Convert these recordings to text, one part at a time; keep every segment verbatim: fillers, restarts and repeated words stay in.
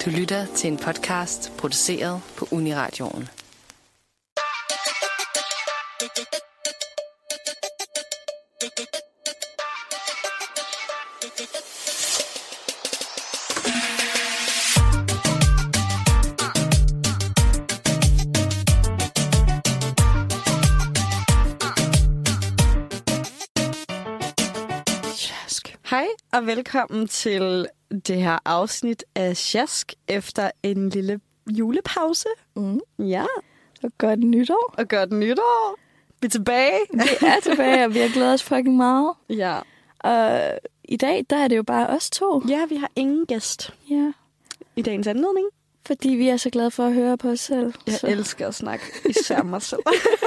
Du lytter til en podcast produceret på Uniradioen. Hej og velkommen til det her afsnit af Sjask efter en lille julepause. Mm. Ja. Og godt nytår. Og godt nytår. Vi er tilbage. Vi er tilbage, og vi har glædet os fucking meget. Ja. Og i dag, der er det jo bare os to. Ja, vi har ingen gæst Ja. i dagens anledning. Fordi vi er så glade for at høre på os selv. Jeg så. elsker at snakke, især mig selv.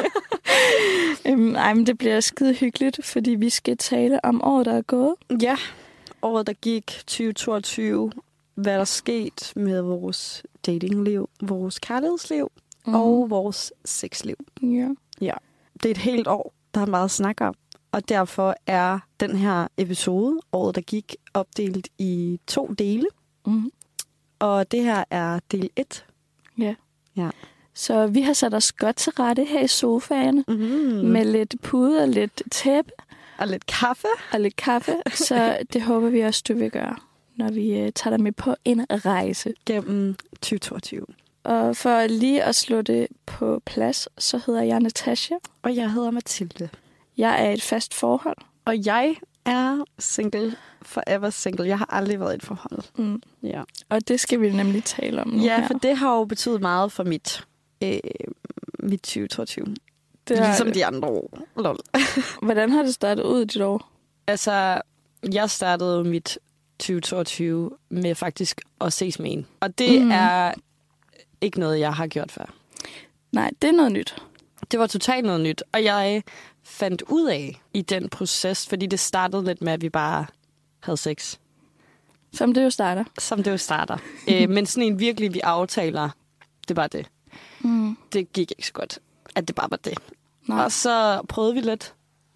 øhm, ej, men det bliver skide hyggeligt, fordi vi skal tale om året, der er gået. Ja, året der gik, tyve toogtyve. Hvad der sket med vores datingliv, vores kærlighedsliv mm. og vores sexliv. Ja. Ja, det er et helt år, der er meget at snakke om. Og derfor er den her episode, året der gik, opdelt i to dele. Mm. Og det her er del et. Ja. Ja. Så vi har sat os godt til rette her i sofaen. Mm. Med lidt pude og lidt tæppe. Og lidt kaffe. Og lidt kaffe. Så det håber vi også, du vil gøre, når vi uh, tager dig med på en rejse. Gennem tyve toogtyve. Og for lige at slå det på plads, så hedder jeg Natasha. Og jeg hedder Mathilde. Jeg er et fast forhold. Og jeg er single, forever single. Jeg har aldrig været i et forhold. Mm. Ja. Og det skal vi nemlig tale om nu Ja, her. for det har jo betydet meget for mit, øh, mit tyve toogtyve. Det er ligesom det. de andre år. Lol. Hvordan har det startet ud i dit år? Altså, jeg startede mit tyve toogtyve med faktisk at ses med en. Og det mm. er ikke noget, jeg har gjort før. Nej, det er noget nyt. Det var totalt noget nyt. Og jeg fandt ud af i den proces, fordi det startede lidt med, at vi bare havde sex. Som det jo starter. Som det jo starter. Æ, men sådan en virkelig, vi aftaler, det var det. Mm. Det gik ikke så godt, at det bare var det. Nej. Og så prøvede vi lidt,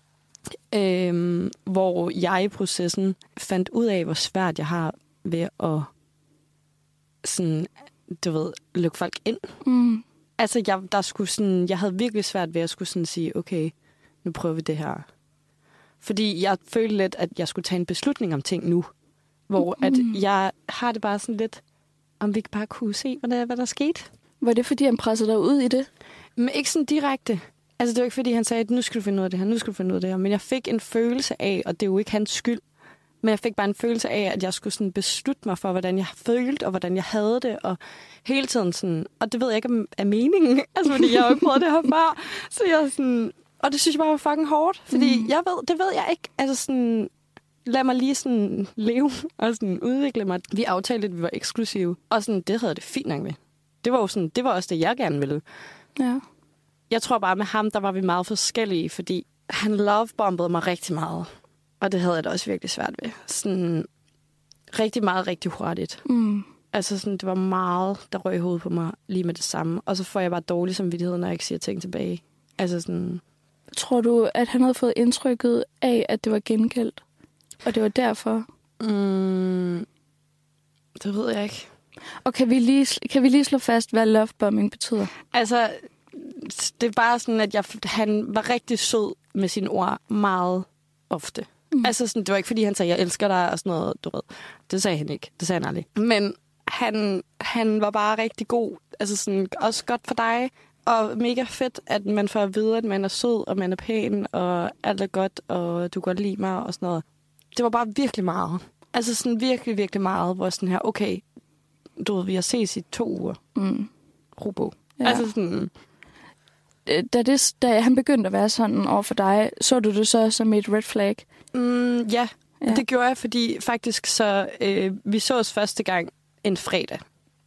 øhm, hvor jeg i processen fandt ud af, hvor svært jeg har ved at sådan, du ved, lukke folk ind. Mm. Altså, jeg, der skulle sådan, jeg havde virkelig svært ved at skulle sådan sige, okay, nu prøver vi det her. Fordi jeg følte lidt, at jeg skulle tage en beslutning om ting nu. Hvor Mm. at jeg har det bare sådan lidt, om vi bare kunne se, hvad der, hvad der skete. Var det, fordi han pressede dig ud i det? Men ikke sådan direkte. Altså, det var ikke, fordi han sagde, at nu skal du finde ud af det her, nu skal du finde ud af det her. Men jeg fik en følelse af, og det er jo ikke hans skyld, men jeg fik bare en følelse af, at jeg skulle sådan beslutte mig for, hvordan jeg følte, og hvordan jeg havde det, og hele tiden sådan, og det ved jeg ikke, om er meningen, altså, fordi jeg har jo ikke prøvet det her før, så jeg sådan, og det synes jeg bare var fucking hårdt, fordi mm. jeg ved, det ved jeg ikke, altså sådan, lad mig lige sådan leve, og sådan udvikle mig. Vi aftalte, at vi var eksklusive, og sådan, det havde det fint nok med. Det var jo sådan, det var også det, jeg gerne ville. Ja. Jeg tror bare, med ham, der var vi meget forskellige, fordi han lovebombede mig rigtig meget. Og det havde jeg da også virkelig svært ved. Sådan rigtig meget, rigtig hurtigt. Mm. Altså sådan, det var meget, der røg i hovedet på mig lige med det samme. Og så får jeg bare dårlig samvittighed, når jeg ikke siger ting tilbage. Altså sådan... Tror du, at han havde fået indtrykket af, at det var gengældt? Og det var derfor? Mm, det ved jeg ikke. Og kan vi lige, kan vi lige slå fast, hvad lovebombing betyder? Altså, det er bare sådan, at jeg, han var rigtig sød med sine ord meget ofte. Mm. Altså, sådan, det var ikke, fordi han sagde, jeg elsker dig og sådan noget, du ved. Det sagde han ikke. Det sagde han aldrig. Men han, han var bare rigtig god. Altså, sådan, også godt for dig. Og mega fedt, at man får at vide, at man er sød, og man er pæn, og alt er godt, og du kan godt lide mig og sådan noget. Det var bare virkelig meget. Altså, sådan virkelig, virkelig meget, hvor sådan her, okay, du ved, vi har ses i to uger. Mm. Robo. Ja. Altså sådan... Da, det, da han begyndte at være sådan over for dig, så du det så som et red flag? Mm, ja. ja, det gjorde jeg, fordi faktisk så... Øh, vi så os første gang en fredag.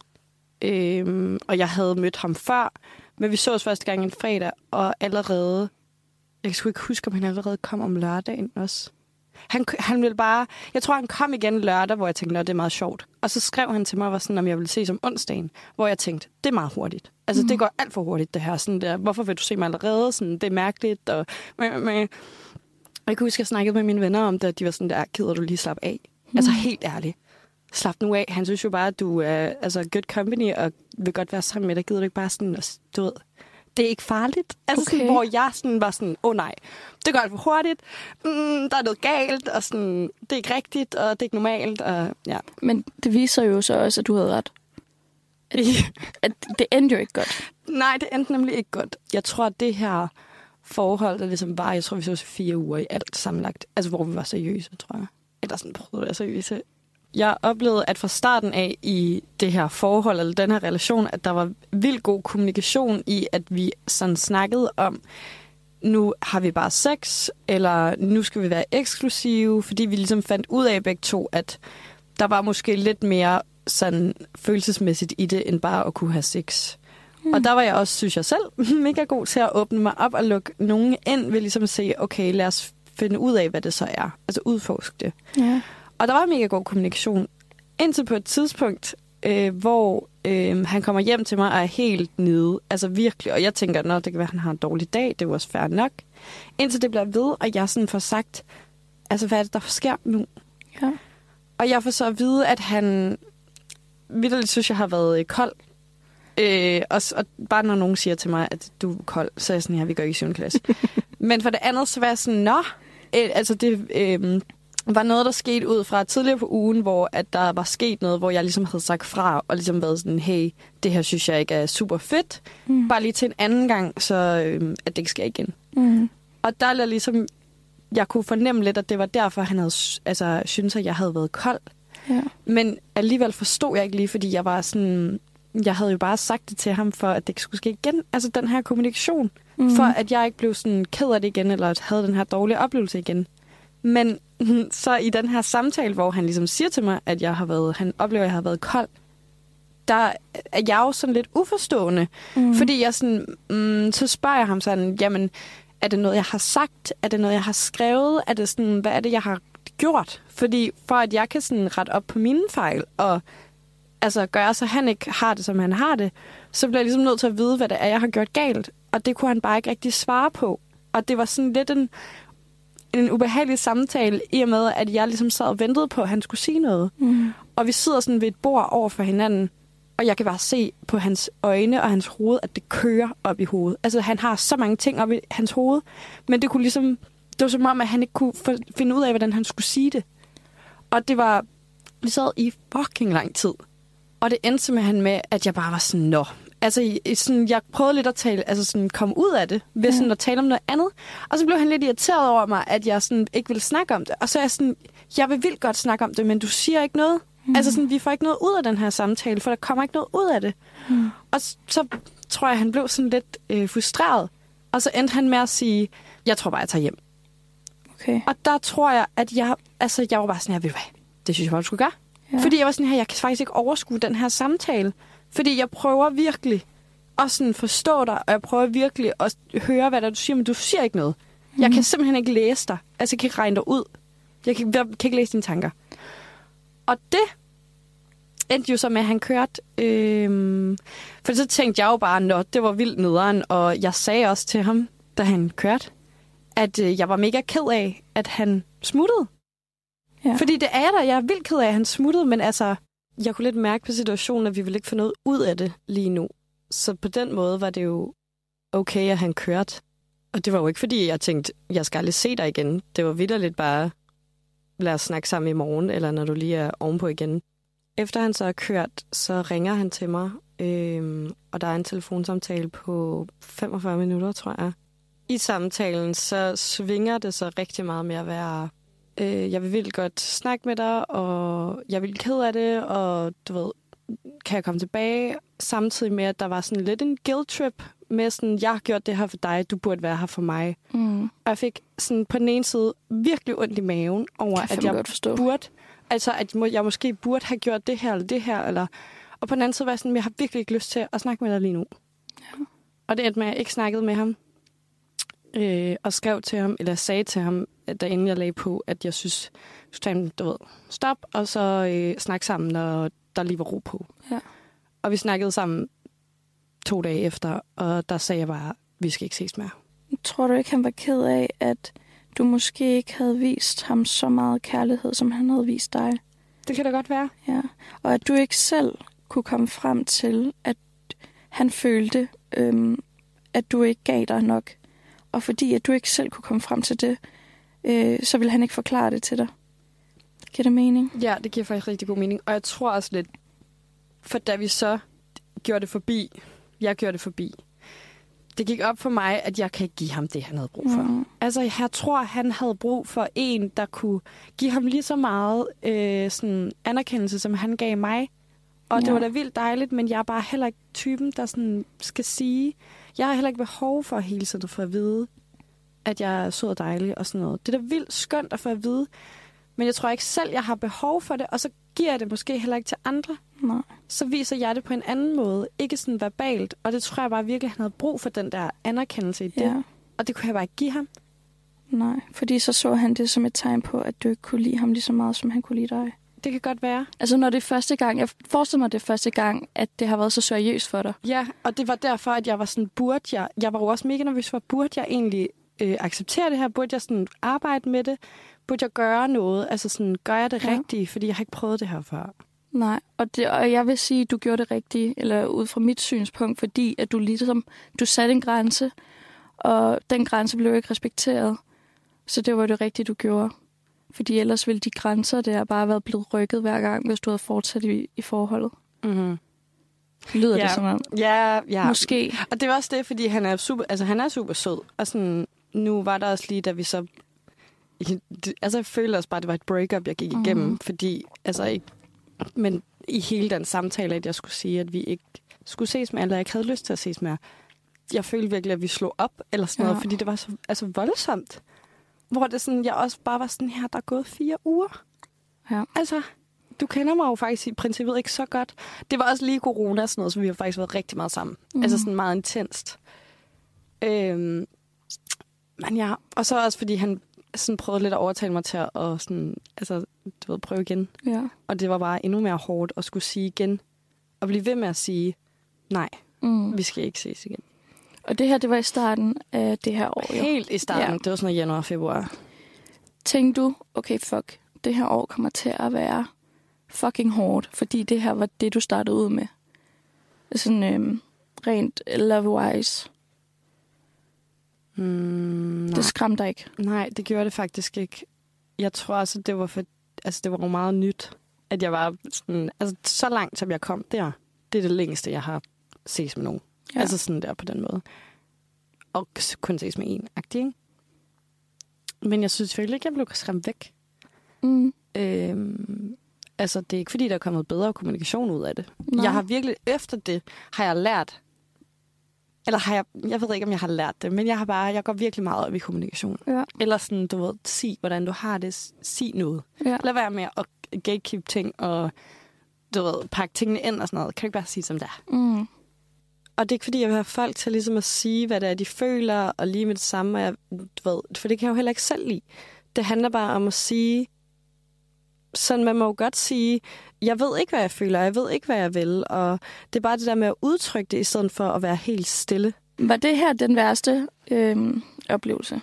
Øh, og jeg havde mødt ham før, men vi så os første gang en fredag, og allerede... Jeg kan sgu ikke huske, om han allerede kom om lørdagen også. Han, han ville bare... Jeg tror, han kom igen lørdag, hvor jeg tænkte, at det er meget sjovt. Og så skrev han til mig, var sådan, om jeg ville ses om onsdagen, hvor jeg tænkte, det er meget hurtigt. Altså, mm. det går alt for hurtigt, det her. Sådan der, hvorfor vil du se mig allerede? Sådan, det er mærkeligt. Og, og jeg kunne huske, at jeg snakkede med mine venner om det, og de var sådan der, gider du lige slappe af? Mm. Altså, helt ærligt. slap nu af. Han synes jo bare, at du er altså, good company, og vil godt være sammen med dig. Gider du ikke bare sådan, du ved, det er ikke farligt. Altså Okay. sådan, hvor jeg sådan var sådan, åh oh, nej, det går alt for hurtigt. Mm, der er noget galt, og sådan, det er ikke rigtigt, og det er ikke normalt. Og, ja. Men det viser jo så også, at du havde ret. At, at det endte jo ikke godt. Nej, det endte nemlig ikke godt. Jeg tror, at det her forhold, der ligesom var, jeg tror, vi så fire uger i alt sammenlagt. Altså, hvor vi var seriøse, tror jeg. Eller sådan prøvede at være seriøse. Jeg oplevede, at fra starten af i det her forhold, eller den her relation, at der var vildt god kommunikation i, at vi sådan snakkede om, nu har vi bare sex, eller nu skal vi være eksklusive, fordi vi ligesom fandt ud af begge to, at der var måske lidt mere sådan følelsesmæssigt i det, end bare at kunne have sex. Mm. Og der var jeg også, synes jeg selv, mega god til at åbne mig op og lukke nogen ind, ved ligesom at sige, okay, lad os finde ud af, hvad det så er. Altså udforske det. Ja. Og der var mega god kommunikation. Indtil på et tidspunkt, øh, hvor øh, han kommer hjem til mig og er helt nede. Altså virkelig. Og jeg tænker, nå, det kan være, at han har en dårlig dag. Det er jo også fair nok. Indtil det bliver ved, og jeg sådan får sagt, altså hvad er det, der sker nu? Ja. Og jeg får så at vide, at han vitterligt synes, jeg har været øh, kold. Øh, og, og bare når nogen siger til mig, at du er kold, så er jeg sådan, ja, vi går ikke i syvende klasse. Men for det andet, så var jeg sådan, nå, øh, altså det øh, var noget, der skete ud fra tidligere på ugen, hvor at der var sket noget, hvor jeg ligesom havde sagt fra, og ligesom været sådan, hey, det her synes jeg ikke er super fedt. Mm. Bare lige til en anden gang, så øh, at det ikke sker igen. Mm. Og der er ligesom, jeg kunne fornemme lidt, at det var derfor, han havde altså, syntes, at jeg havde været kold. Ja. Men alligevel forstod jeg ikke lige, fordi jeg var sådan, jeg havde jo bare sagt det til ham, for at det ikke skulle ske igen. Altså den her kommunikation, mm. for at jeg ikke blev sådan ked af det igen, eller havde den her dårlige oplevelse igen. Men så i den her samtale, hvor han ligesom siger til mig, at jeg har været, han oplever, at jeg har været kold, der er jeg jo sådan lidt uforstående. Mm. Fordi jeg sådan, mm, så spørger jeg ham sådan, jamen, er det noget, jeg har sagt? Er det noget, jeg har skrevet? Er det sådan, hvad er det, jeg har gjort? Fordi for at jeg kan sådan rette op på mine fejl, og altså gøre, så han ikke har det, som han har det, så bliver jeg ligesom nødt til at vide, hvad det er, jeg har gjort galt. Og det kunne han bare ikke rigtig svare på. Og det var sådan lidt en, en ubehagelig samtale, i og med, at jeg ligesom sad og ventede på, at han skulle sige noget. Mm. Og vi sidder sådan ved et bord over for hinanden, og jeg kan bare se på hans øjne og hans hoved, at det kører op i hovedet. Altså, han har så mange ting op i hans hoved, men det kunne ligesom, det var som om, at han ikke kunne finde ud af, hvordan han skulle sige det. Og det var, vi sad i fucking lang tid. Og det endte simpelthen med, at jeg bare var sådan, nå. Altså, sådan, jeg prøvede lidt at tale, altså sådan, komme ud af det, ved sådan, at tale om noget andet. Og så blev han lidt irriteret over mig, at jeg sådan, ikke ville snakke om det. Og så er jeg sådan, jeg vil vildt godt snakke om det, men du siger ikke noget. Mm. Altså, sådan, vi får ikke noget ud af den her samtale, for der kommer ikke noget ud af det. Mm. Og så, så tror jeg, han blev sådan lidt øh, frustreret. Og så endte han med at sige, jeg tror bare, jeg tager hjem. Okay. Og der tror jeg, at jeg, altså, jeg var bare sådan, jeg ved hvad, det synes jeg bare, du skulle gøre. Ja. Fordi jeg var sådan her, jeg kan faktisk ikke overskue den her samtale. Fordi jeg prøver virkelig at sådan forstå dig, og jeg prøver virkelig at høre, hvad der du siger, men du siger ikke noget. Mm. Jeg kan simpelthen ikke læse dig. Altså, jeg kan ikke regne dig ud. Jeg kan, jeg kan ikke læse dine tanker. Og det endte jo så med, at han kørte. Øhm, for så tænkte jeg jo bare, nå, det var vildt nederen. Og jeg sagde også til ham, da han kørte, at øh, jeg var mega ked af, at han smuttede. Ja. Fordi det er jeg da. Jeg er vildt ked af, at han smuttede, men altså, jeg kunne lidt mærke på situationen, at vi ville ikke få noget ud af det lige nu. Så på den måde var det jo okay, at han kørte. Og det var jo ikke, fordi jeg tænkte, jeg skal aldrig se dig igen. Det var vitterligt bare, lad os snakke sammen i morgen, eller når du lige er ovenpå igen. Efter han så er kørt, så ringer han til mig, øhm, og der er en telefonsamtale på femogfyrre minutter, tror jeg. I samtalen, så svinger det så rigtig meget med at være, øh, jeg vil vildt godt snakke med dig, og jeg vil ked af det, og du ved, kan jeg komme tilbage? Samtidig med, at der var sådan lidt en guilt trip med sådan, jeg har gjort det her for dig, du burde være her for mig. Mm. Og jeg fik sådan på den ene side virkelig ondt i maven over, jeg at jeg burde, altså at jeg måske burde have gjort det her eller det her, eller, og på den anden side var jeg sådan, jeg har virkelig ikke lyst til at snakke med dig lige nu. Ja. Og det endte med, at jeg ikke snakkede med ham, øh, og skrev til ham, eller sagde til ham, da inden jeg lagde på, at jeg synes, du ved, stop, og så øh, snakke sammen, når der lige var ro på. Ja. Og vi snakkede sammen to dage efter, og der sagde jeg bare, vi skal ikke ses mere. Tror du ikke, han var ked af, at du måske ikke havde vist ham så meget kærlighed, som han havde vist dig? det kan da godt være. Ja. Og at du ikke selv kunne komme frem til, at han følte, øhm, at du ikke gav dig nok. Og fordi at du ikke selv kunne komme frem til det, øh, så ville han ikke forklare det til dig. Giver det mening? Ja, det giver faktisk rigtig god mening. Og jeg tror også lidt, for da vi så gjorde det forbi, jeg gjorde det forbi, det gik op for mig, at jeg kan ikke give ham det, han havde brug for. Mm. Altså, jeg tror, han havde brug for en, der kunne give ham lige så meget øh, sådan anerkendelse, som han gav mig. Og ja. Det var da vildt dejligt, men jeg er bare heller ikke typen, der sådan skal sige... Jeg har heller ikke behov for hele tiden for at vide, at jeg er sød og dejlig og sådan noget. Det er da vildt skønt at få at vide, men jeg tror ikke selv, jeg har behov for det, og så giver jeg det måske heller ikke til andre. Nej. Så viser jeg det på en anden måde, ikke sådan verbalt, og det tror jeg bare virkelig, han havde brug for den der anerkendelse i det. Ja. Og det kunne jeg bare ikke give ham. Nej, fordi så så han det som et tegn på, at du ikke kunne lide ham lige så meget, som han kunne lide dig. Det kan godt være. Altså når det er første gang, jeg forestiller mig det er første gang, at det har været så seriøst for dig. Ja, og det var derfor, at jeg var sådan, burde jeg, jeg var jo også mega nervøs for, burde jeg egentlig øh, acceptere det her? Burde jeg sådan arbejde med det? Burde jeg gøre noget? Altså sådan, gør jeg det ja. rigtige? Fordi jeg har ikke prøvet det her før. Nej, og, det, og jeg vil sige, at du gjorde det rigtige, eller ud fra mit synspunkt, fordi at du ligesom, du satte en grænse, og den grænse blev ikke respekteret. Så det var det rigtige, du gjorde. Fordi ellers ville de grænser der bare være blevet rykket hver gang, hvis du havde fortsat i, i forholdet. Mm-hmm. Lyder ja. det som om? Ja, ja. Måske. Og det var også det, fordi han er super, altså han er super sød. Og sådan, nu var der også lige, da vi så... Altså jeg følte også bare, at det var et breakup, jeg gik mm-hmm. igennem. Fordi, altså ikke... Men i hele den samtale, at jeg skulle sige, at vi ikke skulle ses med, eller jeg ikke havde lyst til at ses med. Jeg følte virkelig, at vi slog op, eller sådan ja. noget, fordi det var så altså, voldsomt. Hvor det sådan, jeg også bare var sådan her, der er gået fire uger. Ja. Altså, du kender mig jo faktisk i princippet ikke så godt. Det var også lige corona og sådan noget, så vi har faktisk været rigtig meget sammen. Mm. Altså sådan meget intenst. Øhm, men ja, og så også fordi han sådan prøvede lidt at overtale mig til at sådan, altså, du ved, prøve igen. Ja. Og det var bare endnu mere hårdt at skulle sige igen. Og blive ved med at sige, nej, mm. vi skal ikke ses igen. Og det her, det var i starten af det her år, jo. Helt i starten. Ja. Det var sådan noget januar, februar. Tænkte du, okay, fuck, det her år kommer til at være fucking hårdt, fordi det her var det, du startede ud med. Sådan øhm, rent love-wise. Mm, det skræmte dig ikke? Nej, det gjorde det faktisk ikke. Jeg tror også, det var for, altså det var jo meget nyt, at jeg var sådan, altså så langt, som jeg kom der. Det er det længste, jeg har ses med nogen. Ja. Altså sådan der på den måde. Og kun ses med en agtig, ikke? Men jeg synes selvfølgelig ikke, jeg blev skræmt væk. Mm. Øhm, altså, det er ikke fordi, der er kommet bedre kommunikation ud af det. Nej. Jeg har virkelig, efter det, har jeg lært, eller har jeg, jeg ved ikke, om jeg har lært det, men jeg har bare, jeg går virkelig meget op i kommunikation. Ja. Eller sådan, du ved, sig, hvordan du har det, sig noget. Ja. Lad være med at gatekeep ting, og du ved, pakke tingene ind og sådan noget. Kan du ikke bare sige som det er? Mm. Og det er ikke, fordi jeg vil have folk til ligesom at sige, hvad det er, de føler, og lige med det samme, og jeg, du ved, for det kan jeg jo heller ikke selv lide. Det handler bare om at sige, sådan man må jo godt sige, jeg ved ikke, hvad jeg føler, jeg ved ikke, hvad jeg vil, og det er bare det der med at udtrykke det, i stedet for at være helt stille. Var det her den værste øh, oplevelse?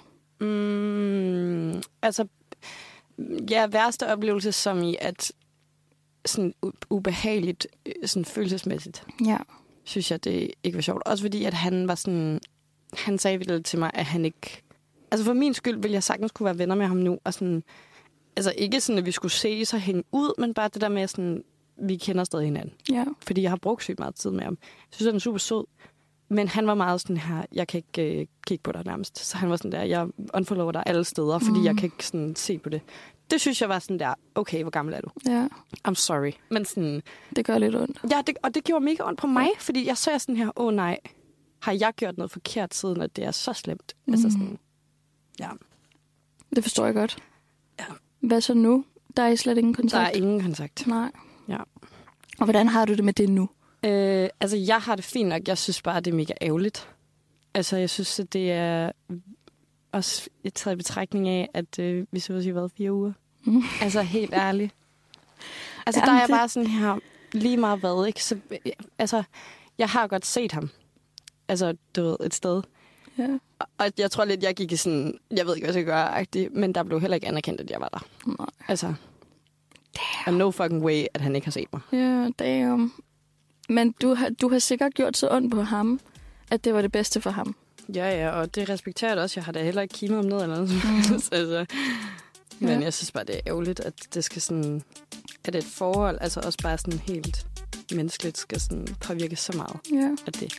Mm, altså, ja, værste oplevelse som i, at sådan ubehageligt, sådan følelsesmæssigt. Ja. Synes jeg, det ikke var sjovt. Også fordi, at han var sådan... Han sagde vildt til mig, at han ikke... Altså for min skyld ville jeg sagtens kunne være venner med ham nu. Og sådan... Altså ikke sådan, at vi skulle ses og hænge ud, men bare det der med sådan... Vi kender stadig hinanden. Ja. Fordi jeg har brugt sygt meget tid med ham. Jeg synes, han er super sød. Men han var meget sådan her... Jeg kan ikke uh, kigge på dig nærmest. Så han var sådan der... Jeg unfollower dig alle steder, fordi mm. jeg kan ikke sådan se på det. Det synes jeg var sådan der, okay, hvor gammel er du? Ja. I'm sorry. Men sådan... Det gør lidt ondt. Ja, det, og det gjorde mega ondt på mig, fordi jeg så sådan her, åh oh, nej, har jeg gjort noget forkert siden, at det er så slemt? Mm. Altså sådan, ja. Det forstår jeg godt. Ja. Hvad så nu? Der er slet ingen kontakt? Der er ingen kontakt. Nej. Ja. Og hvordan har du det med det nu? Øh, altså, jeg har det fint nok. Jeg synes bare, det er mega ærgerligt. Altså, jeg synes, at det er... Også taget i betragtning af, at øh, vi så har været fire uger. Mm. Altså, helt ærligt. Altså, Jamen, der er jeg det... bare sådan her, lige meget hvad, ikke? Så, altså, jeg har godt set ham. Altså, du ved, et sted. Ja. Og jeg tror lidt, jeg gik i sådan, jeg ved ikke, hvad jeg skal gøre, men der blev heller ikke anerkendt, at jeg var der. Nej. Altså. Damn. Og no fucking way, at han ikke har set mig. Ja, yeah, damn. Men du har, du har sikkert gjort så ondt på ham, at det var det bedste for ham. Ja, ja, og det respekterer jeg også. Jeg har da heller ikke kimet om noget eller noget. Mm. altså, men ja. Jeg synes bare, det er ærgerligt, at det skal sådan... At et forhold, altså også bare sådan helt menneskeligt, skal sådan påvirke så meget ja. af det.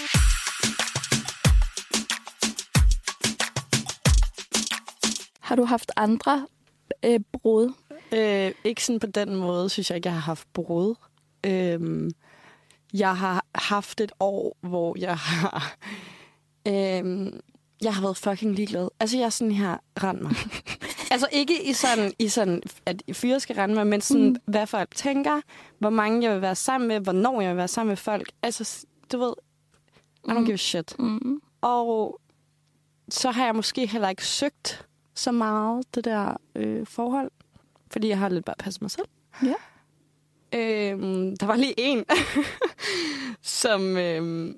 Har du haft andre øh, brud? Øh, ikke sådan på den måde, synes jeg ikke, jeg har haft brud. Øh, jeg har haft et år, hvor jeg har... Øh, jeg har været fucking ligeglad. Altså, jeg er sådan her, rend mig. Altså, ikke i sådan, i sådan at fyre skal rende mig, men sådan, mm. hvad folk tænker, hvor mange jeg vil være sammen med, hvornår jeg vil være sammen med folk. Altså, du ved, I don't give a shit. Mm. Og så har jeg måske heller ikke søgt så meget det der øh, forhold, fordi jeg har lidt bare passet mig selv. Ja. Øhm, der var lige en, som, øhm,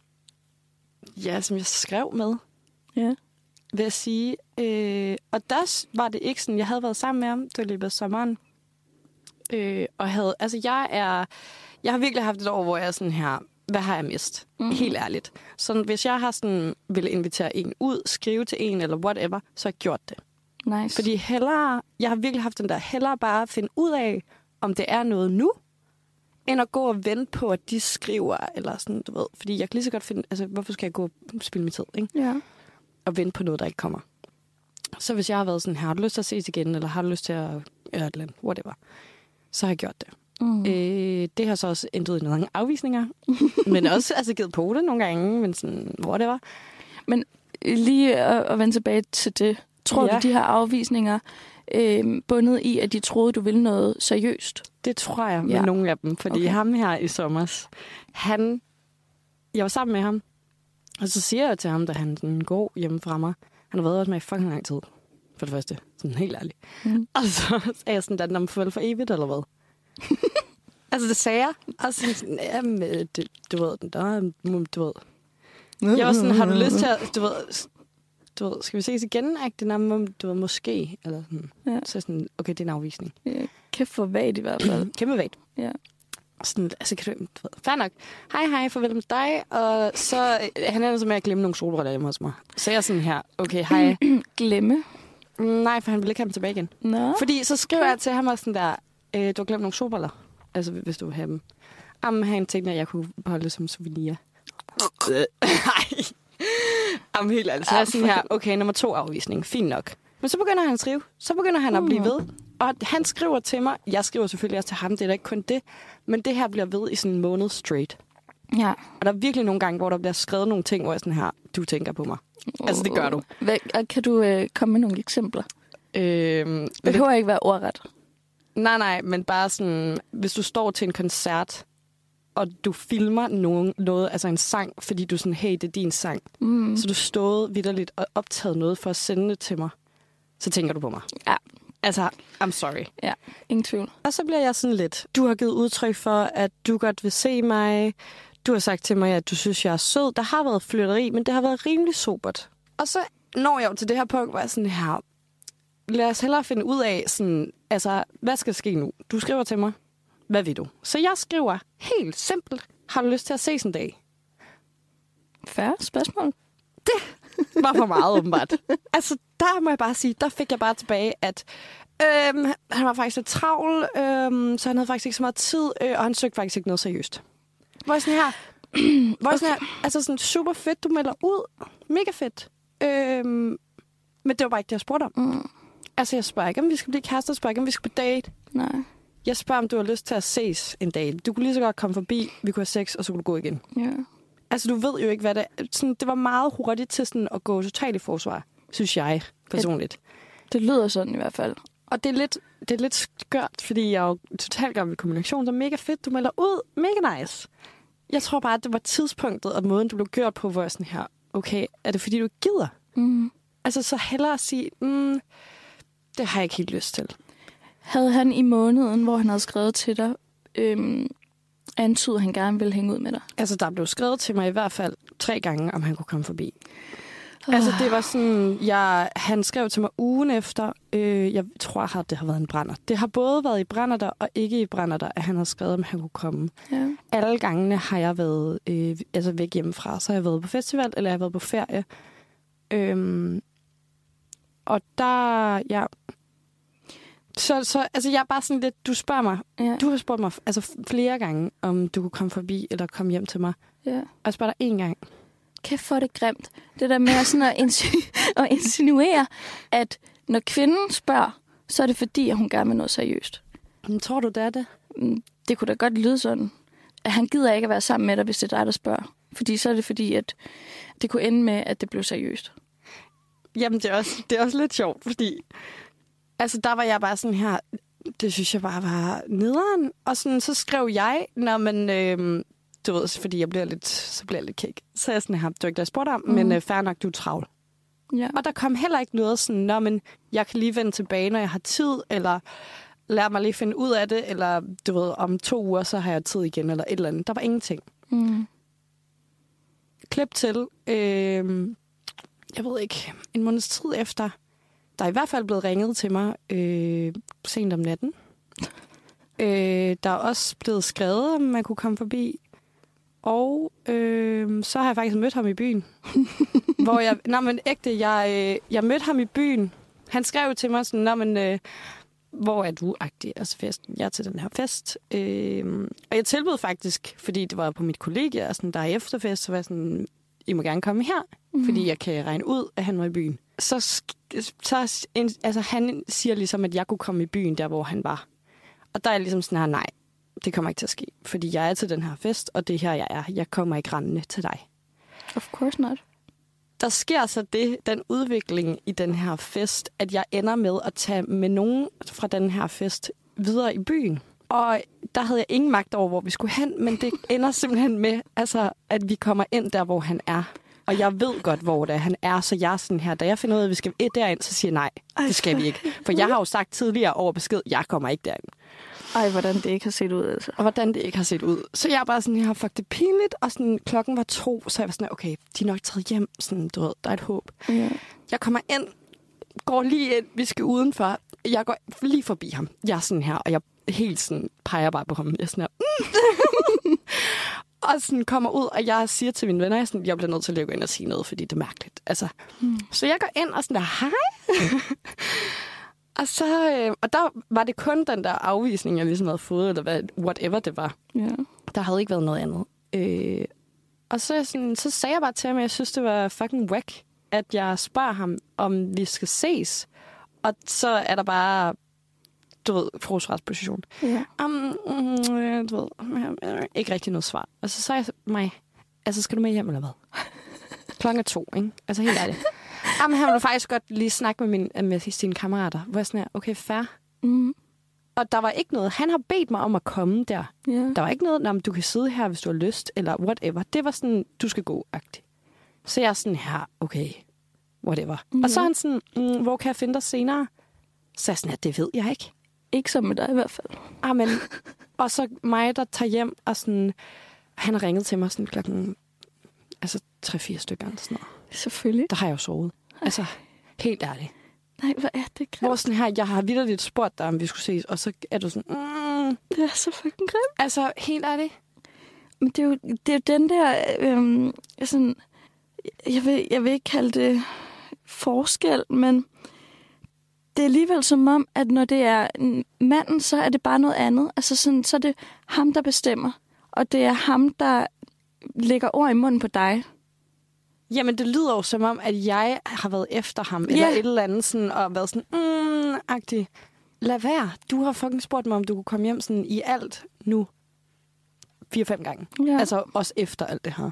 ja, som jeg skrev med, ja. vil jeg sige. Øh, og der var det ikke sådan, jeg havde været sammen med ham, det var lige ved sommeren. Øh, og havde, altså jeg er, jeg har virkelig haft et år, hvor jeg er sådan her, hvad har jeg mist? Mm-hmm. Helt ærligt. Så hvis jeg har sådan, ville invitere en ud, skrive til en eller whatever, så har jeg gjort det. Nice. Fordi hellere, jeg har virkelig haft den der, hellere bare finde ud af, om det er noget nu, end at gå og vente på, at de skriver, eller sådan, du ved. Fordi jeg kan lige så godt finde, altså hvorfor skal jeg gå og spille min tid, ikke? Ja. Og vente på noget, der ikke kommer. Så hvis jeg har været sådan her, har du lyst til at ses igen, eller har du lyst til at gøre et eller andet, whatever, så har jeg gjort det. Mm. Øh, det har så også endt ud i nogle afvisninger, men også altså, givet på det nogle gange, men sådan, whatever. Men lige at, at vende tilbage til det, tror ja. du, de her afvisninger øh, bundet i, at de troede, du ville noget seriøst? Det tror jeg med ja. nogle af dem, fordi okay. ham her i sommers, han, jeg var sammen med ham, og så siger jeg til ham, da han sådan går hjemme fra mig, han har været også med i fucking lang tid, for det første, sådan helt ærligt. Mm. Og så er jeg sådan, at han farvel for evigt, eller hvad? altså, det sagde jeg, og så sådan, jamen, det, du ved, der, du ved. Jeg var sådan, har du lyst til at, du ved, du ved, skal vi ses igen? Det er du ved, måske, eller sådan. Ja. Så sådan, okay, det er en afvisning. Ja, kæft for vagt i hvert fald. Kæmpe vagt. Ja. Sådan, altså, kan du, du ved, fair nok. Hej, hej, farvel med dig. Og så, han er så med at glemme nogle solbriller hjemme hos mig. Så jeg er sådan her, okay, hej. Glemme? Nej, for han vil ikke have dem tilbage igen. Nå. Fordi så skriver jeg til ham og sådan der, øh, du har glemt nogle solbriller. Altså, hvis du vil have dem. Jamen, han tænkte, at jeg kunne beholde det som souvenir. Nej. Jamen, helt ærligt. Så er jeg sådan her, okay, nummer to afvisning. Fint nok. Men så begynder han at skrive. Så begynder han at blive ved. Og han skriver til mig. Jeg skriver selvfølgelig også til ham. Det er da ikke kun det. Men det her bliver ved i sådan en måned straight. Ja. Og der er virkelig nogle gange, hvor der bliver skrevet nogle ting, hvor jeg sådan her, du tænker på mig. Oh. Altså, det gør du. Hvad, kan du øh, komme med nogle eksempler? Øhm, det behøver det... ikke være ordret. Nej, nej, men bare sådan, hvis du står til en koncert, og du filmer nogen, noget, altså en sang, fordi du sådan, hey, det er din sang. Mm. Så du stod vitterligt og optaget noget for at sende det til mig. Så tænker du på mig. Ja. Altså, I'm sorry. Ja, ingen tvivl. Og så bliver jeg sådan lidt, du har givet udtryk for, at du godt vil se mig. Du har sagt til mig, at du synes, jeg er sød. Der har været flytteri, men det har været rimelig sobert. Og så når jeg jo til det her punkt, hvor jeg sådan her, lad os hellere finde ud af, sådan, altså, hvad skal ske nu? Du skriver til mig, hvad vil du? Så jeg skriver helt simpelt, har du lyst til at ses en dag? Færre spørgsmål. Det var for meget, åbenbart. Altså, der må jeg bare sige, der fik jeg bare tilbage, at øhm, han var faktisk lidt travl, øhm, så han havde faktisk ikke så meget tid, øh, og han søgte faktisk ikke noget seriøst. Hvor jeg sådan her, hvor jeg sådan her, altså sådan super fedt, du melder ud, mega fedt. Øhm, men det var bare ikke det, jeg spurgte om. Mm. Altså, jeg spørger ikke, om vi skal blive kærester, jeg spørger ikke, om vi skal på date. Nej. Jeg spørger, om du har lyst til at ses en dag. Du kunne lige så godt komme forbi, vi kunne have sex, og så kunne du gå igen. Ja. Altså, du ved jo ikke, hvad det er. Sådan, det var meget hurtigt til sådan at gå totalt i forsvar, synes jeg personligt. Ja, det lyder sådan i hvert fald. Og det er lidt, det er lidt skørt, fordi jeg er jo totalt gammel kommunikation, så mega fedt, du melder ud, mega nice. Jeg tror bare, at det var tidspunktet og måden, du blev gjort på, hvor jeg sådan her, okay, er det fordi, du ikke gider? Mm. Altså, så hellere at sige, mm, det har jeg ikke helt lyst til. Havde han i måneden, hvor han havde skrevet til dig, øhm, antydet, at han gerne ville hænge ud med dig? Altså, der blev skrevet til mig i hvert fald tre gange, om han kunne komme forbi. Oh. Altså, det var sådan, jeg, han skrev til mig ugen efter, øh, jeg tror, at det har været en brænder. Det har både været i Brænderter og ikke i Brænderter, at han har skrevet, om han kunne komme. Ja. Alle gangene har jeg været øh, altså væk hjemmefra. Så har jeg været på festival, eller jeg har været på ferie. Øhm, og der, ja... Så, så altså, jeg er bare sådan lidt, du spørger mig, ja. Du har spurgt mig altså, flere gange, om du kunne komme forbi eller komme hjem til mig. Ja. Og jeg spørger dig én gang. Kæft, hvor er det grimt. Det der med sådan at, insinu- at insinuere, at når kvinden spørger, så er det fordi, at hun gerne vil noget seriøst. Men tror du, det er det? Det kunne da godt lyde sådan. At han gider ikke at være sammen med dig, hvis det er dig, der spørger. Fordi så er det fordi, at det kunne ende med, at det blev seriøst. Jamen, det er også, det er også lidt sjovt, fordi... Altså, der var jeg bare sådan her, det synes jeg bare var nederen. Og sådan, så skrev jeg, når man, øh, du ved, fordi jeg bliver lidt, så bliver jeg lidt kæk. Så er jeg sådan her, du er ikke der spurgt om, mm. men øh, fair nok, du er travl. Ja. Og der kom heller ikke noget sådan, nå, men jeg kan lige vende tilbage, når jeg har tid, eller lad mig lige finde ud af det, eller du ved, om to uger, så har jeg tid igen, eller et eller andet. Der var ingenting. Mm. Klip til, øh, jeg ved ikke, en måneds tid efter, der er i hvert fald blevet ringet til mig øh, sent om natten. øh, der er også blevet skrevet, om man kunne komme forbi. Og øh, så har jeg faktisk mødt ham i byen. hvor jeg, nej, men ægte, jeg, øh, jeg mødte ham i byen. Han skrev til mig sådan, nå, men, øh, hvor er du-agtig? Altså festen. Jeg er til den her fest. Øh, og jeg tilbød faktisk, fordi det var på mit kollegie, og sådan, der er efterfest, så var jeg sådan, I må gerne komme her, mm. fordi jeg kan regne ud, at han var i byen. Så, så altså, han siger ligesom, at jeg kunne komme i byen, der hvor han var. Og der er jeg ligesom sådan her, nej, det kommer ikke til at ske. Fordi jeg er til den her fest, og det er her, jeg er. Jeg kommer ikke rendende til dig. Of course not. Der sker så det, den udvikling i den her fest, at jeg ender med at tage med nogen fra den her fest videre i byen. Og der havde jeg ingen magt over, hvor vi skulle hen, men det ender simpelthen med, altså, at vi kommer ind der, hvor han er. Og jeg ved godt, hvor det er, han er, så jeg er sådan her, da jeg finder ud af, at vi skal derind, så siger jeg nej, det skal vi ikke. For jeg har jo sagt tidligere over besked, jeg kommer ikke derind. Ej, hvordan det ikke har set ud, altså. Og hvordan det ikke har set ud. Så jeg er bare sådan her, fuck, det er pinligt, og sådan, klokken var to, så jeg var sådan, okay, de er nok taget hjem, sådan, du ved, der er et håb. Ja. Jeg kommer ind, går lige ind, vi skal udenfor, jeg går lige forbi ham. Jeg er sådan her, og jeg helt sådan peger bare på ham. Jeg er sådan her, mm. Og sådan kommer ud, og jeg siger til mine venner, jeg, sådan, jeg bliver nødt til at gå ind og sige noget, fordi det er mærkeligt. Altså, mm. Så jeg går ind og sådan der, hej. og, så, øh, og der var det kun den der afvisning, jeg ligesom havde fået, eller hvad, whatever det var. Yeah. Der havde ikke været noget andet. Øh, og så, sådan, så sagde jeg bare til ham, at jeg synes, det var fucking whack, at jeg spørger ham, om vi skal ses. Og så er der bare... du ved, forsvarsposition. Ja. Um, um, du ved, ikke rigtig noget svar. Og så sagde jeg mig, altså skal du med hjem eller hvad? Klokken er to, ikke? Altså helt ærligt. Jamen, han ville faktisk godt lige snakke med, min, med sine kammerater. Hvor jeg sådan her, okay, fair. Mm. Og der var ikke noget. Han har bedt mig om at komme der. Yeah. Der var ikke noget, om du kan sidde her, hvis du har lyst, eller whatever. Det var sådan, du skal gå-agtigt. Så jeg er sådan her, okay, whatever. Mm. Og så er han sådan, mm, hvor kan jeg finde dig senere? Så jeg sådan her, det ved jeg ikke. Ikke som med dig i hvert fald. Amen. Og så mig, der tager hjem, og sådan, han har ringet til mig sådan klokken, altså tre-fire stykker eller sådan noget. Selvfølgelig. Der har jeg jo sovet. Altså, helt ærligt. Nej, hvad er det grimt? Hvor sådan her, jeg har vitterligt spurgt dig, om vi skulle ses, og så er du sådan, mm. Det er så fucking grimt. Altså, helt ærligt. Men det er jo, det er jo den der, øhm, sådan, jeg vil, jeg vil ikke kalde det forskel, men det er alligevel som om, at når det er manden, så er det bare noget andet. Altså sådan, så er det ham, der bestemmer. Og det er ham, der lægger ord i munden på dig. Jamen, det lyder jo som om, at jeg har været efter ham, yeah. eller et eller andet, sådan, og været sådan, mm-agtig. Lad være. Du har fucking spurgt mig, om du kunne komme hjem sådan i alt nu. Fire-fem gange. Yeah. Altså også efter alt det her.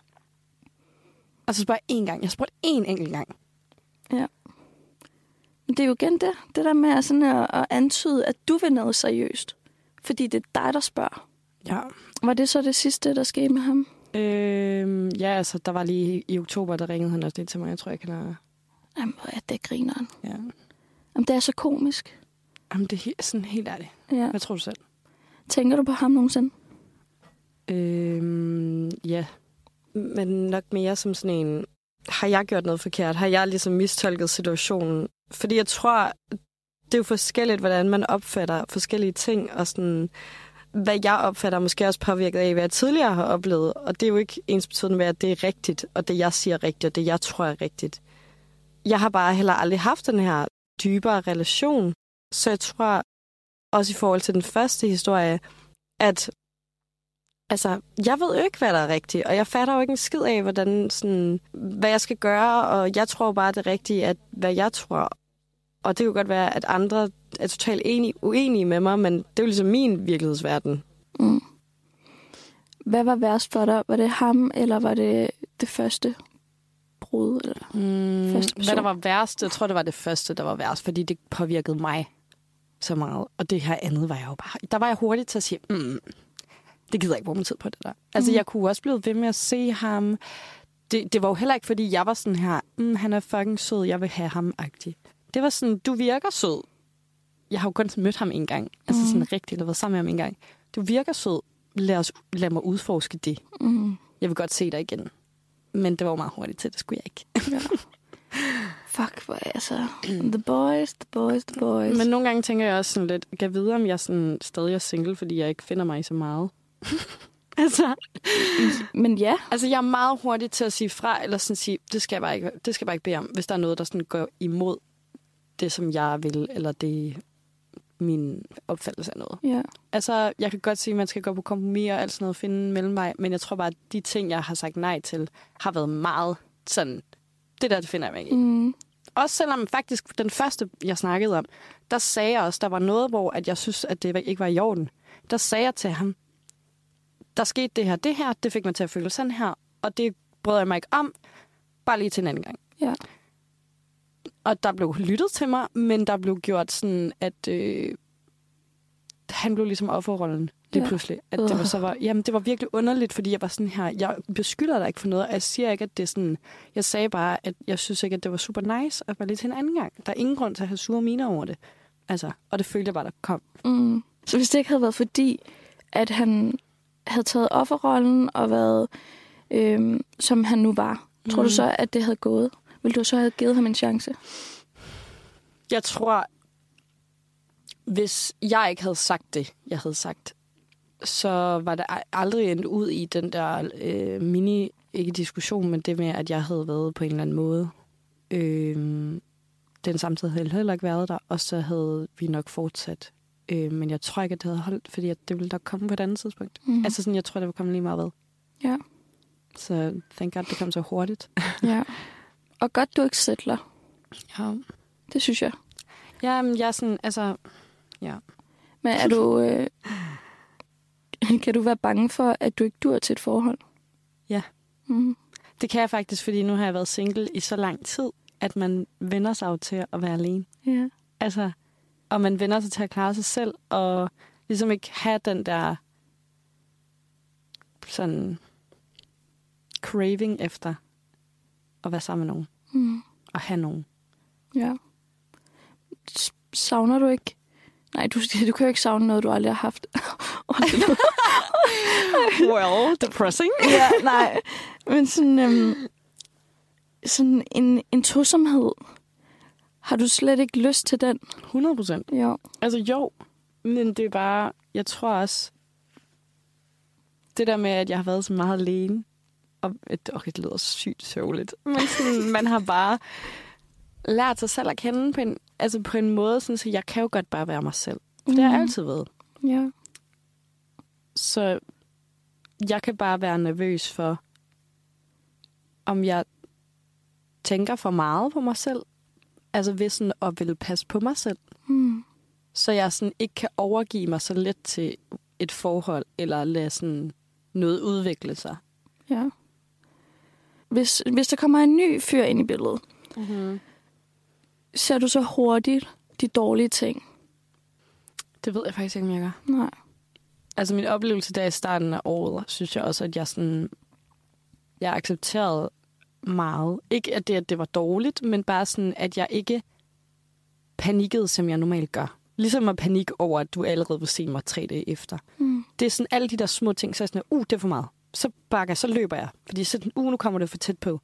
Og så spørger jeg én gang. Jeg har spurgt én enkelt gang. Ja. Men det er jo igen det. Det der med sådan at, at antyde, at du vil noget seriøst. Fordi det er dig, der spørger. Ja. Var det så det sidste, der skete med ham? Øhm, ja, altså, der var lige i oktober, der ringede han også lidt til mig. Jeg tror, jeg kan have... Jamen, hvor er det grineren? Ja. Jamen, det er så komisk. Jamen, det er he- sådan helt ærligt. Ja. Hvad tror du selv? Tænker du på ham nogensinde? Øhm, ja. Men nok mere som sådan en... har jeg gjort noget forkert? Har jeg ligesom mistolket situationen? Fordi jeg tror, det er jo forskelligt, hvordan man opfatter forskellige ting, og sådan, hvad jeg opfatter måske også påvirket af, hvad jeg tidligere har oplevet. Og det er jo ikke ensbetydende med, at det er rigtigt, og det jeg siger er rigtigt, og det jeg tror er rigtigt. Jeg har bare heller aldrig haft den her dybere relation, så jeg tror også i forhold til den første historie, at altså, jeg ved jo ikke, hvad der er rigtigt, og jeg fatter jo ikke en skid af, hvordan, sådan, hvad jeg skal gøre, og jeg tror bare, det er rigtigt, at hvad jeg tror. Og det kan godt være, at andre er totalt enige, uenige med mig, men det er jo ligesom min virkelighedsverden. Mm. Hvad var værst for dig? Var det ham, eller var det det første brud? Eller mm, første hvad der var værst? Jeg tror, det var det første, der var værst, fordi det påvirkede mig så meget. Og det her andet var jeg jo bare... Der var jeg hurtigt til at sige, mm, det gider jeg ikke bruge min tid på det der. Altså, mm. jeg kunne også blive ved med at se ham. Det, det var jo heller ikke, fordi jeg var sådan her, mm, han er fucking sød, jeg vil have ham-agtig. Det var sådan, du virker sød. Jeg har jo kun mødt ham en gang. Altså sådan rigtigt, eller været sammen med ham en gang. Du virker sød. Lad, os, lad mig udforske det. Mm. Jeg vil godt se dig igen. Men det var jo meget hurtigt til, det skulle jeg ikke. Ja. Fuck, hvor er altså... The boys, the boys, the boys. Men nogle gange tænker jeg også sådan lidt, kan jeg vide, om jeg sådan stadig er single, fordi jeg ikke finder mig i så meget. altså... Men ja. Altså, jeg er meget hurtig til at sige fra, eller sådan sige, det skal jeg bare ikke, det skal jeg bare ikke bede om, hvis der er noget, der sådan går imod det, som jeg vil, eller det min opfattelse af noget. Ja. Altså, jeg kan godt sige, at man skal gå på kompromis og alt sådan noget, finde en mellemvej, men jeg tror bare, at de ting, jeg har sagt nej til, har været meget sådan, det der, det finder jeg mig ikke i. Mm. Også selvom faktisk den første, jeg snakkede om, der sagde jeg også, der var noget, hvor at jeg synes, at det ikke var i orden. Der sagde jeg til ham, der skete det her, det her, det fik mig til at føle sådan her, og det brød jeg mig ikke om, bare lige til en anden gang. Ja. Og der blev lyttet til mig, men der blev gjort sådan, at øh, han blev ligesom offerrollen lige ja. pludselig. At det var, så var, jamen, det var virkelig underligt, fordi jeg var sådan her, jeg beskylder dig ikke for noget, og jeg siger ikke, at det er sådan, jeg sagde bare, at jeg synes ikke, at det var super nice, at være lidt til en anden gang. Der er ingen grund til at have sure miner over det. Altså, og det følte jeg bare, der kom. Mm. Så hvis det ikke havde været fordi, at han havde taget offerrollen og været, øh, som han nu var, mm. tror du så, at det havde gået? Vil du så have givet ham en chance? Jeg tror, hvis jeg ikke havde sagt det, jeg havde sagt, så var det aldrig endt ud i den der øh, mini, ikke diskussion, men det med, at jeg havde været på en eller anden måde. Øh, den samtidig havde heller ikke været der, og så havde vi nok fortsat. Øh, men jeg tror ikke, at det havde holdt, fordi at det ville nok komme på et andet tidspunkt. Mm. Altså sådan, jeg tror, det ville komme lige meget ved. Ja. Så thank God, det kom så hurtigt. Ja. Og godt, du ikke settler. Ja. Det synes jeg. Ja, men jeg er sådan, altså, ja. Men er du, øh, kan du være bange for, at du ikke dur til et forhold? Ja. Mm. Det kan jeg faktisk, fordi nu har jeg været single i så lang tid, at man vender sig jo til at være alene. Ja. Altså, og man vender sig til at klare sig selv, og ligesom ikke have den der sådan craving efter at være sammen med nogen. Mm. Og have nogen. Ja. Savner du ikke? Nej, du, du kan jo ikke savne noget, du aldrig har haft. Well, depressing. Ja, nej. Men sådan, øhm, sådan en, en tosomhed. Har du slet ikke lyst til den? hundrede procent. Jo. Altså jo, men det er bare, jeg tror også, det der med, at jeg har været så meget alene, og et, okay, det lyder sygt sørgeligt, men sådan, man har bare lært sig selv at kende på en, altså på en måde, sådan, så jeg kan jo godt bare være mig selv. Mm. Det har jeg altid været. Ja. Så jeg kan bare være nervøs for, om jeg tænker for meget på mig selv, altså ved sådan at ville passe på mig selv, mm. så jeg sådan ikke kan overgive mig så let til et forhold, eller lade sådan noget udvikle sig. Ja. Hvis, hvis der kommer en ny fyr ind i billedet, mm-hmm. ser du så hurtigt de dårlige ting? Det ved jeg faktisk ikke, om jeg gør. Nej. Altså min oplevelse der i starten af året, synes jeg også, at jeg sådan, jeg accepterede meget. Ikke at det, at det var dårligt, men bare sådan, at jeg ikke panikkede, som jeg normalt gør. Ligesom at panik over, at du allerede vil se mig tre dage efter. Mm. Det er sådan alle de der små ting, så er jeg sådan, uh, det er for meget. Så bakker jeg, så løber jeg. Fordi så, uh, nu kommer det for tæt på.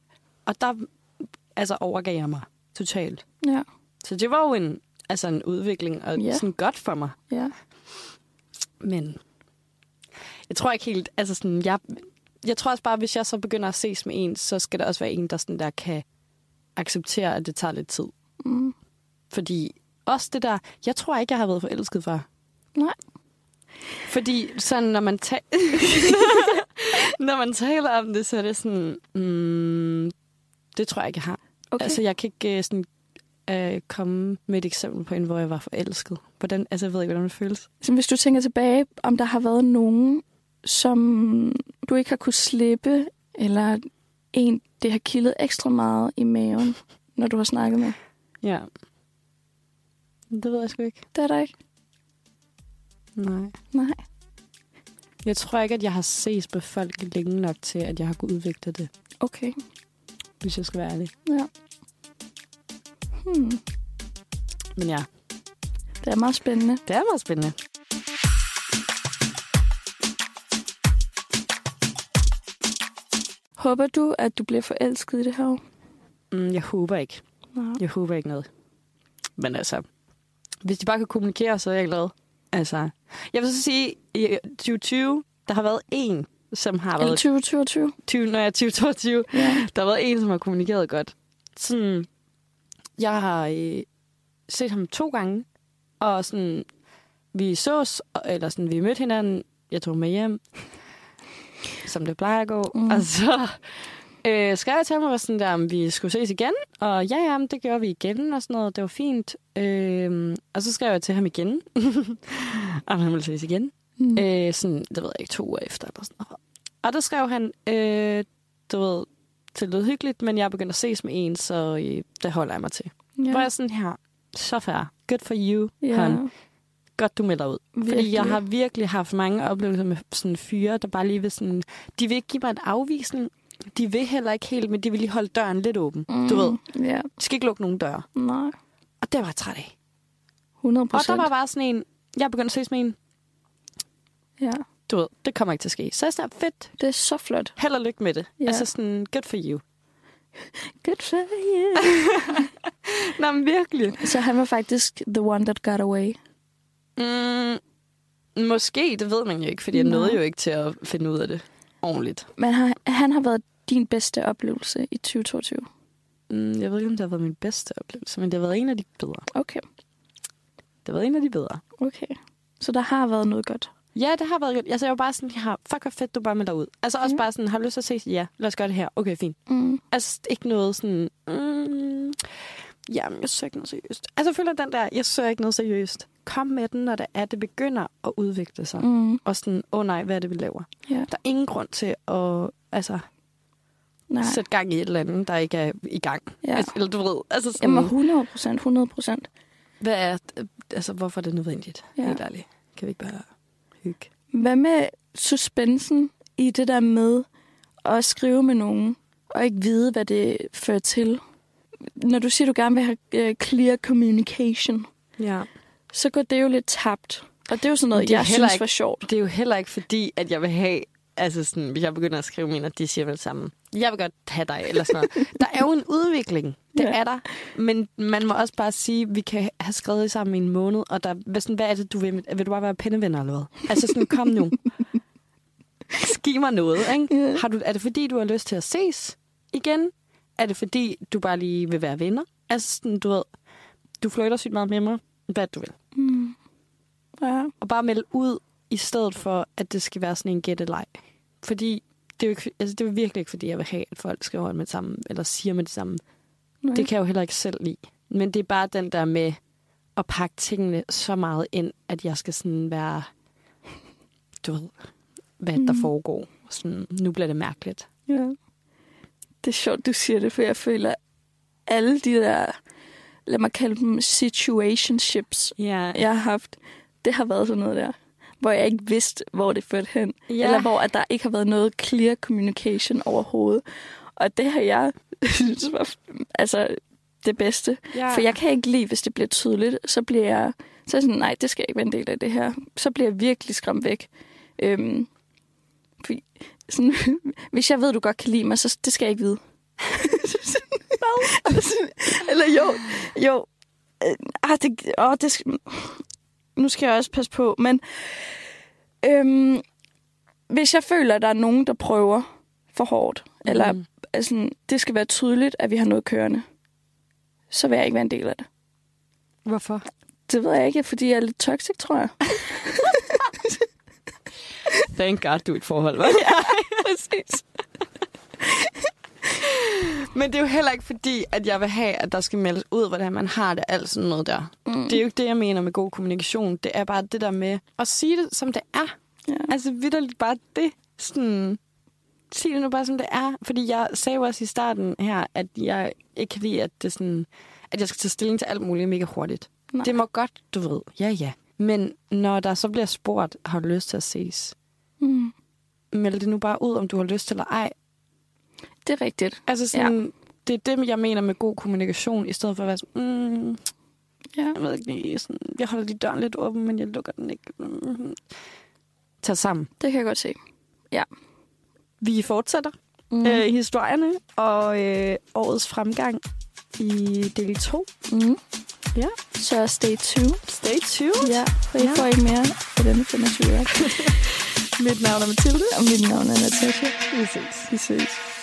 Og der altså, overgav jeg mig totalt. Ja. Så det var jo en, altså en udvikling, og Ja. sådan godt for mig. Ja. Men jeg tror ikke helt, altså sådan, jeg, jeg tror også bare, hvis jeg så begynder at ses med en, så skal der også være en, der sådan der kan acceptere, at det tager lidt tid. Mm. Fordi også det der, jeg tror ikke, jeg har været forelsket før. Nej. Fordi sådan, når man, ta- når man taler om det, så er det sådan, mm, det tror jeg ikke, jeg har. Okay. Altså, jeg kan ikke sådan, øh, komme med et eksempel på en, hvor jeg var forelsket. Hvordan, altså, jeg ved ikke, hvordan det føles. Så hvis du tænker tilbage, om der har været nogen, som du ikke har kunne slippe, eller en, det har kildet ekstra meget i maven, når du har snakket med? Ja. Det ved jeg sgu ikke. Det er der ikke? Nej. Nej. Jeg tror ikke, at jeg har ses på folk længe nok til, at jeg har kunnet udvikle det. Okay. Hvis jeg skal være ærlig. Ja. Hmm. Men ja, Det er meget spændende. det er meget spændende. Håber du, at du bliver forelsket i det her år? Mm, jeg håber ikke. Nej. Jeg håber ikke noget. Men altså, hvis de bare kan kommunikere, så er jeg glad. Altså, jeg vil så sige, i tyve tyve, der har været en, som har Eller været... tyve toogtyve? tyve, når jeg er tyve toogtyve. Ja. Der har været en, som har kommunikeret godt. Sådan, jeg har øh, set ham to gange, og sådan, vi sås, eller sådan, vi mødte hinanden, jeg tog med hjem, som det plejer at gå, mm. og så øh, skrev jeg til ham, og var sådan der, om vi skulle ses igen, og ja, ja, det gjorde vi igen, og sådan noget, det var fint. Øh, og så skrev jeg til ham igen, og han ville ses igen. Mm. Øh, sådan, det ved jeg ikke, to uger efter, eller sådan noget. Og der skrev han, øh, du ved, det lød hyggeligt, men jeg begyndte at ses med en, så øh, det holder jeg mig til. Ja. Hvor jeg sådan her, så fair. Good for you, Ja. han. Godt, du melder ud. Virkelig. Fordi jeg har virkelig haft mange oplevelser med sådan fyre, der bare lige vil sådan... De vil ikke give mig en afvisning. De vil heller ikke helt, men de vil lige holde døren lidt åben. Mm. Du ved, Ja. de skal ikke lukke nogen døre. Nej. Og det var jeg træt af. hundrede procent. Og der var bare sådan en... Jeg begyndte at ses med en. Ja. Du ved, det kommer ikke til at ske. Så er det fedt. Det er så flot. Held og lykke med det. Ja. Altså sådan, good for you. Good for you. Nå, men virkelig. Så han var faktisk the one that got away. Mm, måske, det ved man jo ikke, fordi jeg Nå. nåede jo ikke til at finde ud af det ordentligt. Men har, han har været din bedste oplevelse i tyve toogtyve? Mm, jeg ved ikke, om det har været min bedste oplevelse, men det har været en af de bedre. Okay. Det har været en af de bedre. Okay. Så der har været noget godt? Ja, det har været godt. Altså, jeg var bare sådan, her, fuck, hvor fedt, du bare melder ud. Altså, også Ja. bare sådan, har du lyst til at ses? Ja, lad os gøre det her. Okay, fint. Mm. Altså, ikke noget sådan, mm, jamen, jeg søger ikke noget seriøst. Altså, jeg føler den der, jeg søger ikke noget seriøst. Kom med den, når det er, det begynder at udvikle sig. Mm. Og sådan, åh oh, nej, hvad er det, vi laver? Ja. Der er ingen grund til at, altså, Nej. sætte gang i et eller andet, der ikke er i gang. Ja. Altså, eller du ved, altså sådan, Jamen hundrede procent, hundrede procent. hvad er, altså, hvorfor er det nødvendigt? Ja. Helt ærligt. Kan vi ikke bare hygge? Hvad med suspensen i det der med at skrive med nogen, og ikke vide, hvad det fører til? Når du siger, du gerne vil have uh, clear communication, Ja. så går det jo lidt tabt. Og det er jo sådan Men noget, det er jeg heller synes ikke- var sjovt. Det er jo heller ikke fordi, at jeg vil have, altså sådan, hvis jeg begynder at skrive mine, at de siger vel sammen, jeg vil godt have dig, eller sådan noget. Der er jo en udvikling. Det Ja. er der. Men man må også bare sige, at vi kan have skrevet det sammen i en måned, og der, hvad, sådan, hvad er det, du vil? Vil du bare være pennevenner, eller hvad? Altså sådan, kom nu. Giv mig noget, ikke? Ja. Har du, er det fordi, du har lyst til at ses igen? Er det fordi, du bare lige vil være venner? Altså sådan, du ved, du flytter sygt meget med mig. Hvad du vil. Mm. Ja. Og bare melde ud, i stedet for, at det skal være sådan en gætteleg. Fordi det er, jo ikke, altså det er jo virkelig ikke, fordi jeg vil have, at folk skal holde med det samme, eller siger med det samme. Nej. Det kan jeg jo heller ikke selv lide. Men det er bare den der med at pakke tingene så meget ind, at jeg skal sådan være, du ved, hvad der Mm. foregår. Sådan, nu bliver det mærkeligt. Ja. Det er sjovt, du siger det, for jeg føler, alle de der, lad mig kalde dem situationships, Ja, jeg har haft, det har været sådan noget der, hvor jeg ikke vidste, hvor det førte hen. Ja. Eller hvor at der ikke har været noget clear communication overhovedet. Og det har jeg synes var altså det bedste. ja. For jeg kan ikke lide, hvis det bliver tydeligt, så bliver jeg, så er jeg sådan, nej, det skal ikke være en del af det her. Så bliver jeg virkelig skræmt væk. Øhm, for, sådan, hvis jeg ved, du godt kan lide mig, så det skal jeg ikke vide. Eller jo, jo. Ah, det, åh, det skal, nu skal jeg også passe på, men øhm, hvis jeg føler, at der er nogen, der prøver for hårdt, mm. eller altså, det skal være tydeligt, at vi har noget kørende, så vil jeg ikke være en del af det. Hvorfor? Det ved jeg ikke, fordi jeg er lidt toxic, tror jeg. Thank God, du er et forhold, hva'? Ja, præcis. Men det er jo heller ikke fordi, at jeg vil have, at der skal meldes ud, hvordan man har det, alt sådan noget der. Mm. Det er jo ikke det, jeg mener med god kommunikation. Det er bare det der med at sige det, som det er. Ja. Altså vitterligt bare det. Sådan, sig det nu bare, som det er. Fordi jeg sagde jo også i starten her, at jeg ikke kan lide, at, det sådan, at jeg skal tage stilling til alt muligt mega hurtigt. Nej. Det må godt, du ved. Ja, ja. Men når der så bliver spurgt, har du lyst til at ses? Mm. Meld det nu bare ud, om du har lyst til eller ej. Det er rigtigt. Altså sådan, ja. Det er det, jeg mener med god kommunikation, i stedet for at være sådan, mm, ja. Jeg ved ikke lige, sådan, jeg holder lige døren lidt åben, men jeg lukker den ikke. Mm. Tag sammen. Det kan jeg godt se. Ja. Vi fortsætter mm. øh, historierne og øh, årets fremgang i del to. Mm. Ja. Så stay tuned. Stay tuned. Ja, for I ja. får ikke mere på denne femogtyve. Mit navn er Mathilde. Og mit navn er Natasha. Vi ses. Vi ses.